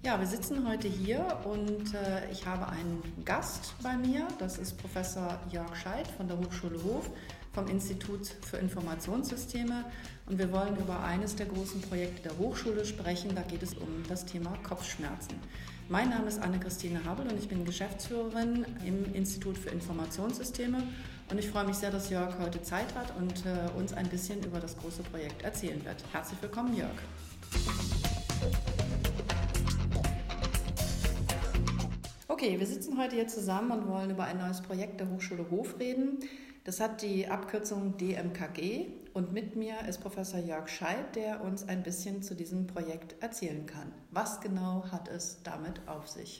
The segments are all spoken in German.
Ja, wir sitzen heute hier und ich habe einen Gast bei mir. Das ist Professor Jörg Scheidt von der Hochschule Hof, vom Institut für Informationssysteme. Und wir wollen über eines der großen Projekte der Hochschule sprechen. Da geht es um das Thema Kopfschmerzen. Mein Name ist Anne-Christine Habel und ich bin Geschäftsführerin im Institut für Informationssysteme. Und ich freue mich sehr, dass Jörg heute Zeit hat und uns ein bisschen über das große Projekt erzählen wird. Herzlich willkommen, Jörg. Okay, wir sitzen heute hier zusammen und wollen über ein neues Projekt der Hochschule Hof reden. Das hat die Abkürzung DMKG und mit mir ist Professor Jörg Scheidt, der uns ein bisschen zu diesem Projekt erzählen kann. Was genau hat es damit auf sich?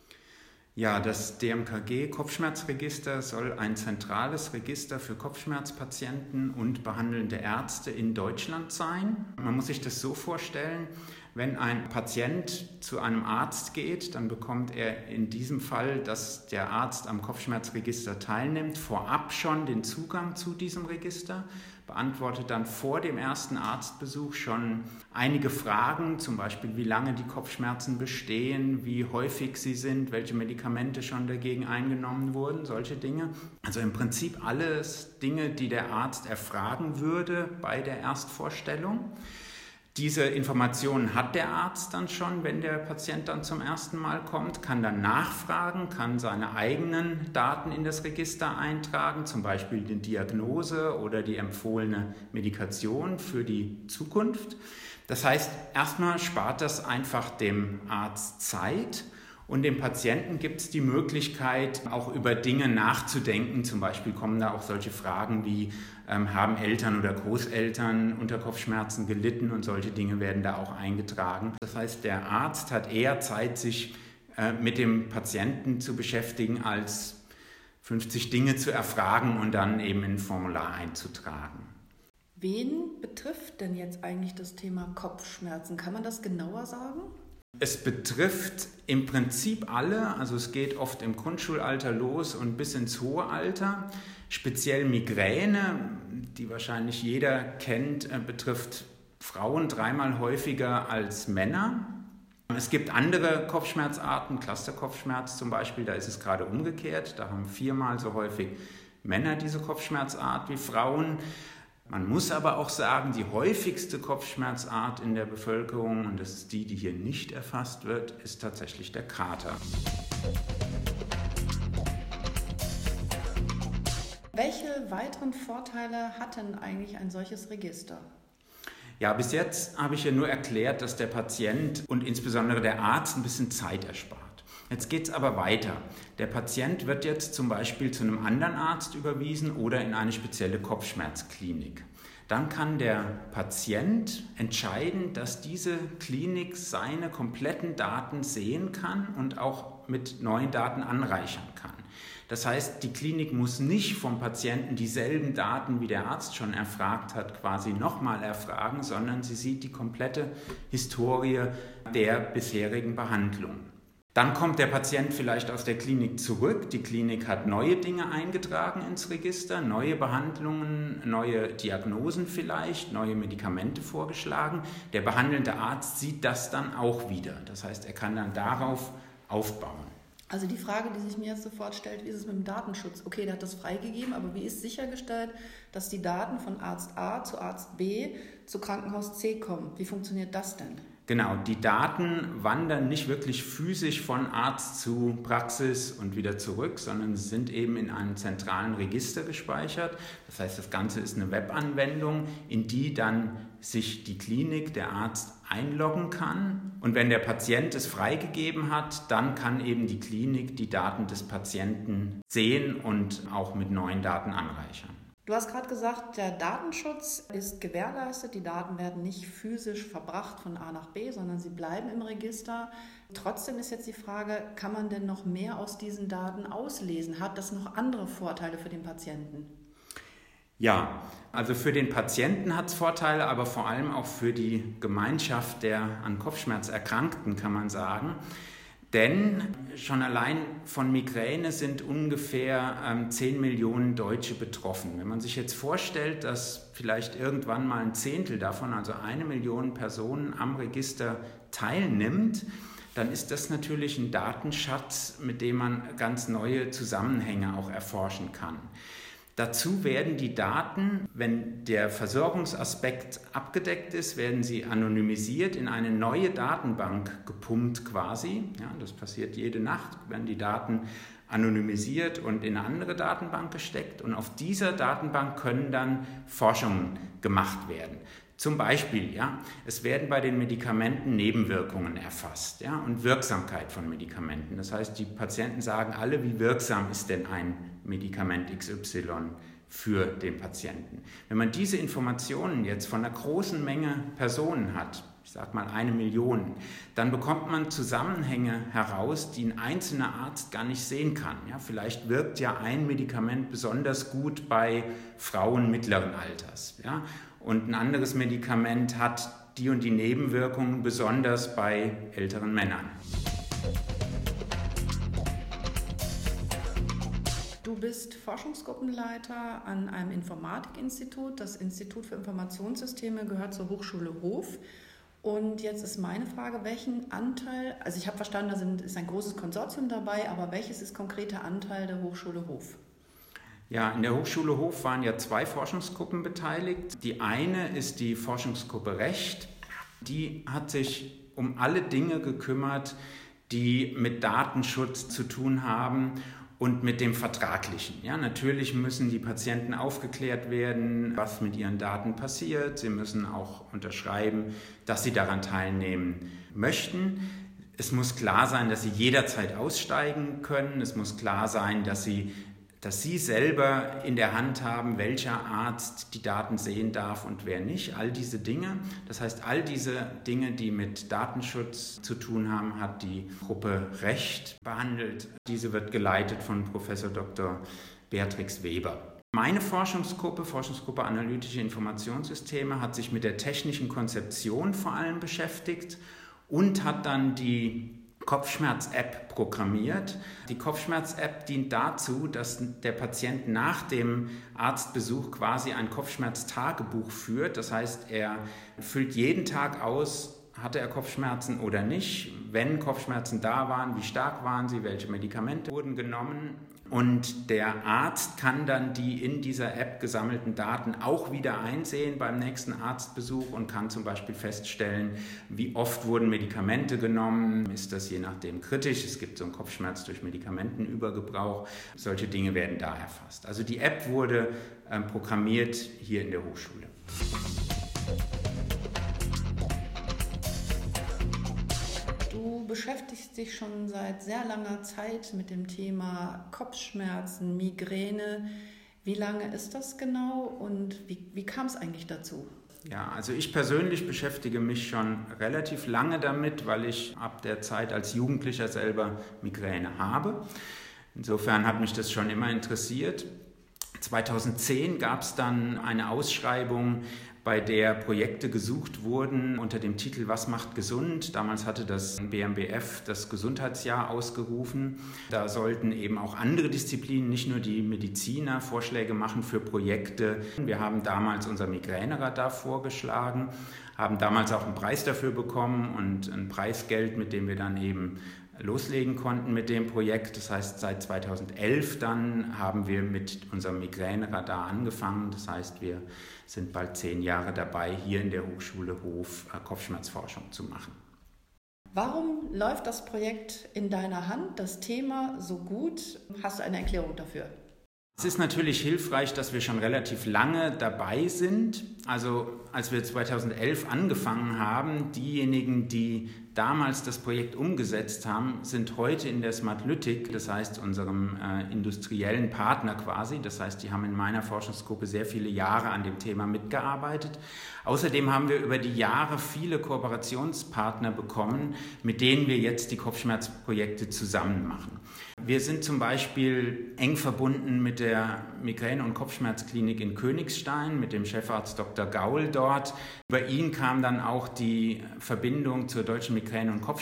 Ja, das DMKG Kopfschmerzregister soll ein zentrales Register für Kopfschmerzpatienten und behandelnde Ärzte in Deutschland sein. Man muss sich das so vorstellen, wenn ein Patient zu einem Arzt geht, dann bekommt er in diesem Fall, dass der Arzt am Kopfschmerzregister teilnimmt, vorab schon den Zugang zu diesem Register, beantwortet dann vor dem ersten Arztbesuch schon einige Fragen, zum Beispiel wie lange die Kopfschmerzen bestehen, wie häufig sie sind, welche Medikamente schon dagegen eingenommen wurden, solche Dinge. Also im Prinzip alles Dinge, die der Arzt erfragen würde bei der Erstvorstellung. Diese Informationen hat der Arzt dann schon, wenn der Patient dann zum ersten Mal kommt, kann dann nachfragen, kann seine eigenen Daten in das Register eintragen, zum Beispiel die Diagnose oder die empfohlene Medikation für die Zukunft. Das heißt, erstmal spart das einfach dem Arzt Zeit. Und dem Patienten gibt es die Möglichkeit, auch über Dinge nachzudenken. Zum Beispiel kommen da auch solche Fragen wie, haben Eltern oder Großeltern unter Kopfschmerzen gelitten? Und solche Dinge werden da auch eingetragen. Das heißt, der Arzt hat eher Zeit, sich mit dem Patienten zu beschäftigen, als 50 Dinge zu erfragen und dann eben in ein Formular einzutragen. Wen betrifft denn jetzt eigentlich das Thema Kopfschmerzen? Kann man das genauer sagen? Es betrifft im Prinzip alle, also es geht oft im Grundschulalter los und bis ins hohe Alter. Speziell Migräne, die wahrscheinlich jeder kennt, betrifft Frauen 3-mal häufiger als Männer. Es gibt andere Kopfschmerzarten, Clusterkopfschmerz zum Beispiel, da ist es gerade umgekehrt. Da haben 4-mal so häufig Männer diese Kopfschmerzart wie Frauen. Man muss aber auch sagen, die häufigste Kopfschmerzart in der Bevölkerung, und das ist die, die hier nicht erfasst wird, ist tatsächlich der Kater. Welche weiteren Vorteile hat denn eigentlich ein solches Register? Ja, bis jetzt habe ich ja nur erklärt, dass der Patient und insbesondere der Arzt ein bisschen Zeit erspart. Jetzt geht es aber weiter. Der Patient wird jetzt zum Beispiel zu einem anderen Arzt überwiesen oder in eine spezielle Kopfschmerzklinik. Dann kann der Patient entscheiden, dass diese Klinik seine kompletten Daten sehen kann und auch mit neuen Daten anreichern kann. Das heißt, die Klinik muss nicht vom Patienten dieselben Daten, wie der Arzt schon erfragt hat, quasi nochmal erfragen, sondern sie sieht die komplette Historie der bisherigen Behandlung. Dann kommt der Patient vielleicht aus der Klinik zurück. Die Klinik hat neue Dinge eingetragen ins Register, neue Behandlungen, neue Diagnosen vielleicht, neue Medikamente vorgeschlagen. Der behandelnde Arzt sieht das dann auch wieder. Das heißt, er kann dann darauf aufbauen. Also die Frage, die sich mir jetzt sofort stellt, wie ist es mit dem Datenschutz? Okay, der hat das freigegeben, aber wie ist sichergestellt, dass die Daten von Arzt A zu Arzt B zu Krankenhaus C kommen? Wie funktioniert das denn? Genau, die Daten wandern nicht wirklich physisch von Arzt zu Praxis und wieder zurück, sondern sind eben in einem zentralen Register gespeichert. Das heißt, das Ganze ist eine Webanwendung, in die dann sich die Klinik, der Arzt einloggen kann. Und wenn der Patient es freigegeben hat, dann kann eben die Klinik die Daten des Patienten sehen und auch mit neuen Daten anreichern. Du hast gerade gesagt, der Datenschutz ist gewährleistet. Die Daten werden nicht physisch verbracht von A nach B, sondern sie bleiben im Register. Trotzdem ist jetzt die Frage, kann man denn noch mehr aus diesen Daten auslesen? Hat das noch andere Vorteile für den Patienten? Ja, also für den Patienten hat es Vorteile, aber vor allem auch für die Gemeinschaft der an Kopfschmerz Erkrankten, kann man sagen. Denn schon allein von Migräne sind ungefähr 10 Millionen Deutsche betroffen. Wenn man sich jetzt vorstellt, dass vielleicht irgendwann mal ein Zehntel davon, also 1 Million Personen am Register teilnimmt, dann ist das natürlich ein Datenschatz, mit dem man ganz neue Zusammenhänge auch erforschen kann. Dazu werden die Daten, wenn der Versorgungsaspekt abgedeckt ist, werden sie anonymisiert in eine neue Datenbank gepumpt quasi. Ja, das passiert jede Nacht, werden die Daten anonymisiert und in eine andere Datenbank gesteckt. Und auf dieser Datenbank können dann Forschungen gemacht werden. Zum Beispiel, ja, es werden bei den Medikamenten Nebenwirkungen erfasst, ja, und Wirksamkeit von Medikamenten. Das heißt, die Patienten sagen alle, wie wirksam ist denn ein Medikament XY für den Patienten. Wenn man diese Informationen jetzt von einer großen Menge Personen hat, ich sage mal 1 Million, dann bekommt man Zusammenhänge heraus, die ein einzelner Arzt gar nicht sehen kann. Ja, vielleicht wirkt ja ein Medikament besonders gut bei Frauen mittleren Alters. Ja, und ein anderes Medikament hat die und die Nebenwirkungen besonders bei älteren Männern. Du bist Forschungsgruppenleiter an einem Informatikinstitut. Das Institut für Informationssysteme gehört zur Hochschule Hof. Und jetzt ist meine Frage, welchen Anteil, also ich habe verstanden, da ist ein großes Konsortium dabei, aber welches ist konkreter Anteil der Hochschule Hof? Ja, in der Hochschule Hof waren ja 2 Forschungsgruppen beteiligt. Die eine ist die Forschungsgruppe Recht. Die hat sich um alle Dinge gekümmert, die mit Datenschutz zu tun haben und mit dem Vertraglichen. Ja, natürlich müssen die Patienten aufgeklärt werden, was mit ihren Daten passiert. Sie müssen auch unterschreiben, dass sie daran teilnehmen möchten. Es muss klar sein, dass sie jederzeit aussteigen können. Es muss klar sein, dass Sie selber in der Hand haben, welcher Arzt die Daten sehen darf und wer nicht. All diese Dinge, das heißt, all diese Dinge, die mit Datenschutz zu tun haben, hat die Gruppe Recht behandelt. Diese wird geleitet von Professor Dr. Beatrix Weber. Meine Forschungsgruppe Analytische Informationssysteme, hat sich mit der technischen Konzeption vor allem beschäftigt und hat dann die Kopfschmerz-App programmiert. Die Kopfschmerz-App dient dazu, dass der Patient nach dem Arztbesuch quasi ein Kopfschmerztagebuch führt. Das heißt, er füllt jeden Tag aus, hatte er Kopfschmerzen oder nicht, wenn Kopfschmerzen da waren, wie stark waren sie, welche Medikamente wurden genommen. Und der Arzt kann dann die in dieser App gesammelten Daten auch wieder einsehen beim nächsten Arztbesuch und kann zum Beispiel feststellen, wie oft wurden Medikamente genommen. Ist das je nachdem kritisch? Es gibt so einen Kopfschmerz durch Medikamentenübergebrauch. Solche Dinge werden da erfasst. Also die App wurde programmiert hier in der Hochschule. Du beschäftigst dich schon seit sehr langer Zeit mit dem Thema Kopfschmerzen, Migräne. Wie lange ist das genau und wie kam es eigentlich dazu? Ja, also ich persönlich beschäftige mich schon relativ lange damit, weil ich ab der Zeit als Jugendlicher selber Migräne habe. Insofern hat mich das schon immer interessiert. 2010 gab es dann eine Ausschreibung, bei der Projekte gesucht wurden unter dem Titel Was macht gesund? Damals hatte das BMBF das Gesundheitsjahr ausgerufen. Da sollten eben auch andere Disziplinen, nicht nur die Mediziner, Vorschläge machen für Projekte. Wir haben damals unser Migräneradar vorgeschlagen, haben damals auch einen Preis dafür bekommen und ein Preisgeld, mit dem wir dann eben loslegen konnten mit dem Projekt. Das heißt, seit 2011 dann haben wir mit unserem Migräneradar angefangen. Das heißt, wir sind bald 10 Jahre dabei, hier in der Hochschule Hof Kopfschmerzforschung zu machen. Warum läuft das Projekt in deiner Hand, das Thema so gut? Hast du eine Erklärung dafür? Es ist natürlich hilfreich, dass wir schon relativ lange dabei sind. Also als wir 2011 angefangen haben, diejenigen, die damals das Projekt umgesetzt haben, sind heute in der Smartlytic, das heißt unserem industriellen Partner quasi. Das heißt, die haben in meiner Forschungsgruppe sehr viele Jahre an dem Thema mitgearbeitet. Außerdem haben wir über die Jahre viele Kooperationspartner bekommen, mit denen wir jetzt die Kopfschmerzprojekte zusammen machen. Wir sind zum Beispiel eng verbunden mit der Migräne- und Kopfschmerzklinik in Königstein, mit dem Chefarzt Dr. Gaul dort. Über ihn kam dann auch die Verbindung zur Deutschen Migräne- und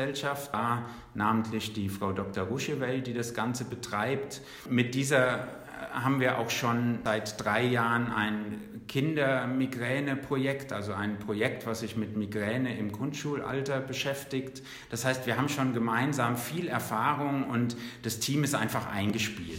Kopfschmerzgesellschaft, namentlich die Frau Dr. Ruschewel, die das Ganze betreibt. Mit dieser haben wir auch schon seit 3 Jahren ein Kindermigräne-Projekt, also ein Projekt, was sich mit Migräne im Grundschulalter beschäftigt. Das heißt, wir haben schon gemeinsam viel Erfahrung und das Team ist einfach eingespielt.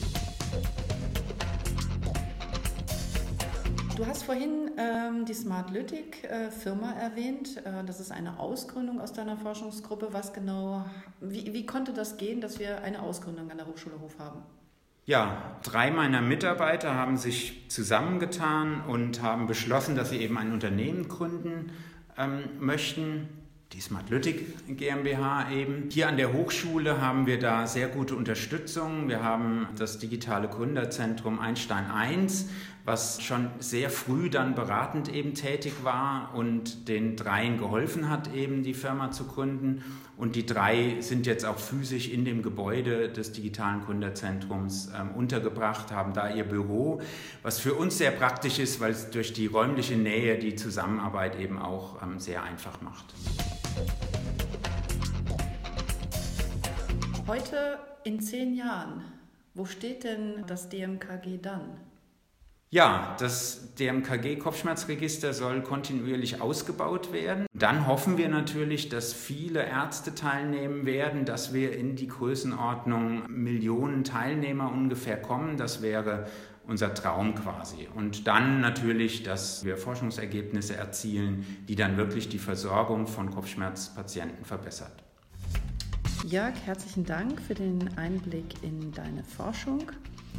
Du hast vorhin die Smartlytic Firma erwähnt. Das ist eine Ausgründung aus deiner Forschungsgruppe. Wie konnte das gehen, dass wir eine Ausgründung an der Hochschule Hof haben? Ja, 3 meiner Mitarbeiter haben sich zusammengetan und haben beschlossen, dass sie eben ein Unternehmen gründen möchten. Die Smartlytic GmbH eben. Hier an der Hochschule haben wir da sehr gute Unterstützung. Wir haben das digitale Gründerzentrum Einstein 1, was schon sehr früh dann beratend eben tätig war und den 3 geholfen hat, eben die Firma zu gründen. Und die 3 sind jetzt auch physisch in dem Gebäude des digitalen Gründerzentrums untergebracht, haben da ihr Büro, was für uns sehr praktisch ist, weil es durch die räumliche Nähe die Zusammenarbeit eben auch sehr einfach macht. Heute in 10 Jahren, wo steht denn das DMKG dann? Ja, das DMKG-Kopfschmerzregister soll kontinuierlich ausgebaut werden. Dann hoffen wir natürlich, dass viele Ärzte teilnehmen werden, dass wir in die Größenordnung Millionen Teilnehmer ungefähr kommen. Das wäre unser Traum quasi. Und dann natürlich, dass wir Forschungsergebnisse erzielen, die dann wirklich die Versorgung von Kopfschmerzpatienten verbessert. Jörg, herzlichen Dank für den Einblick in deine Forschung.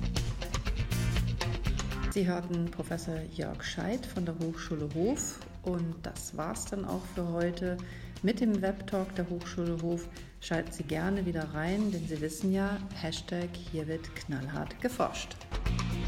Sie hörten Professor Jörg Scheidt von der Hochschule Hof und das war's dann auch für heute mit dem Webtalk der Hochschule Hof. Schalten Sie gerne wieder rein, denn Sie wissen ja, #hier wird knallhart geforscht.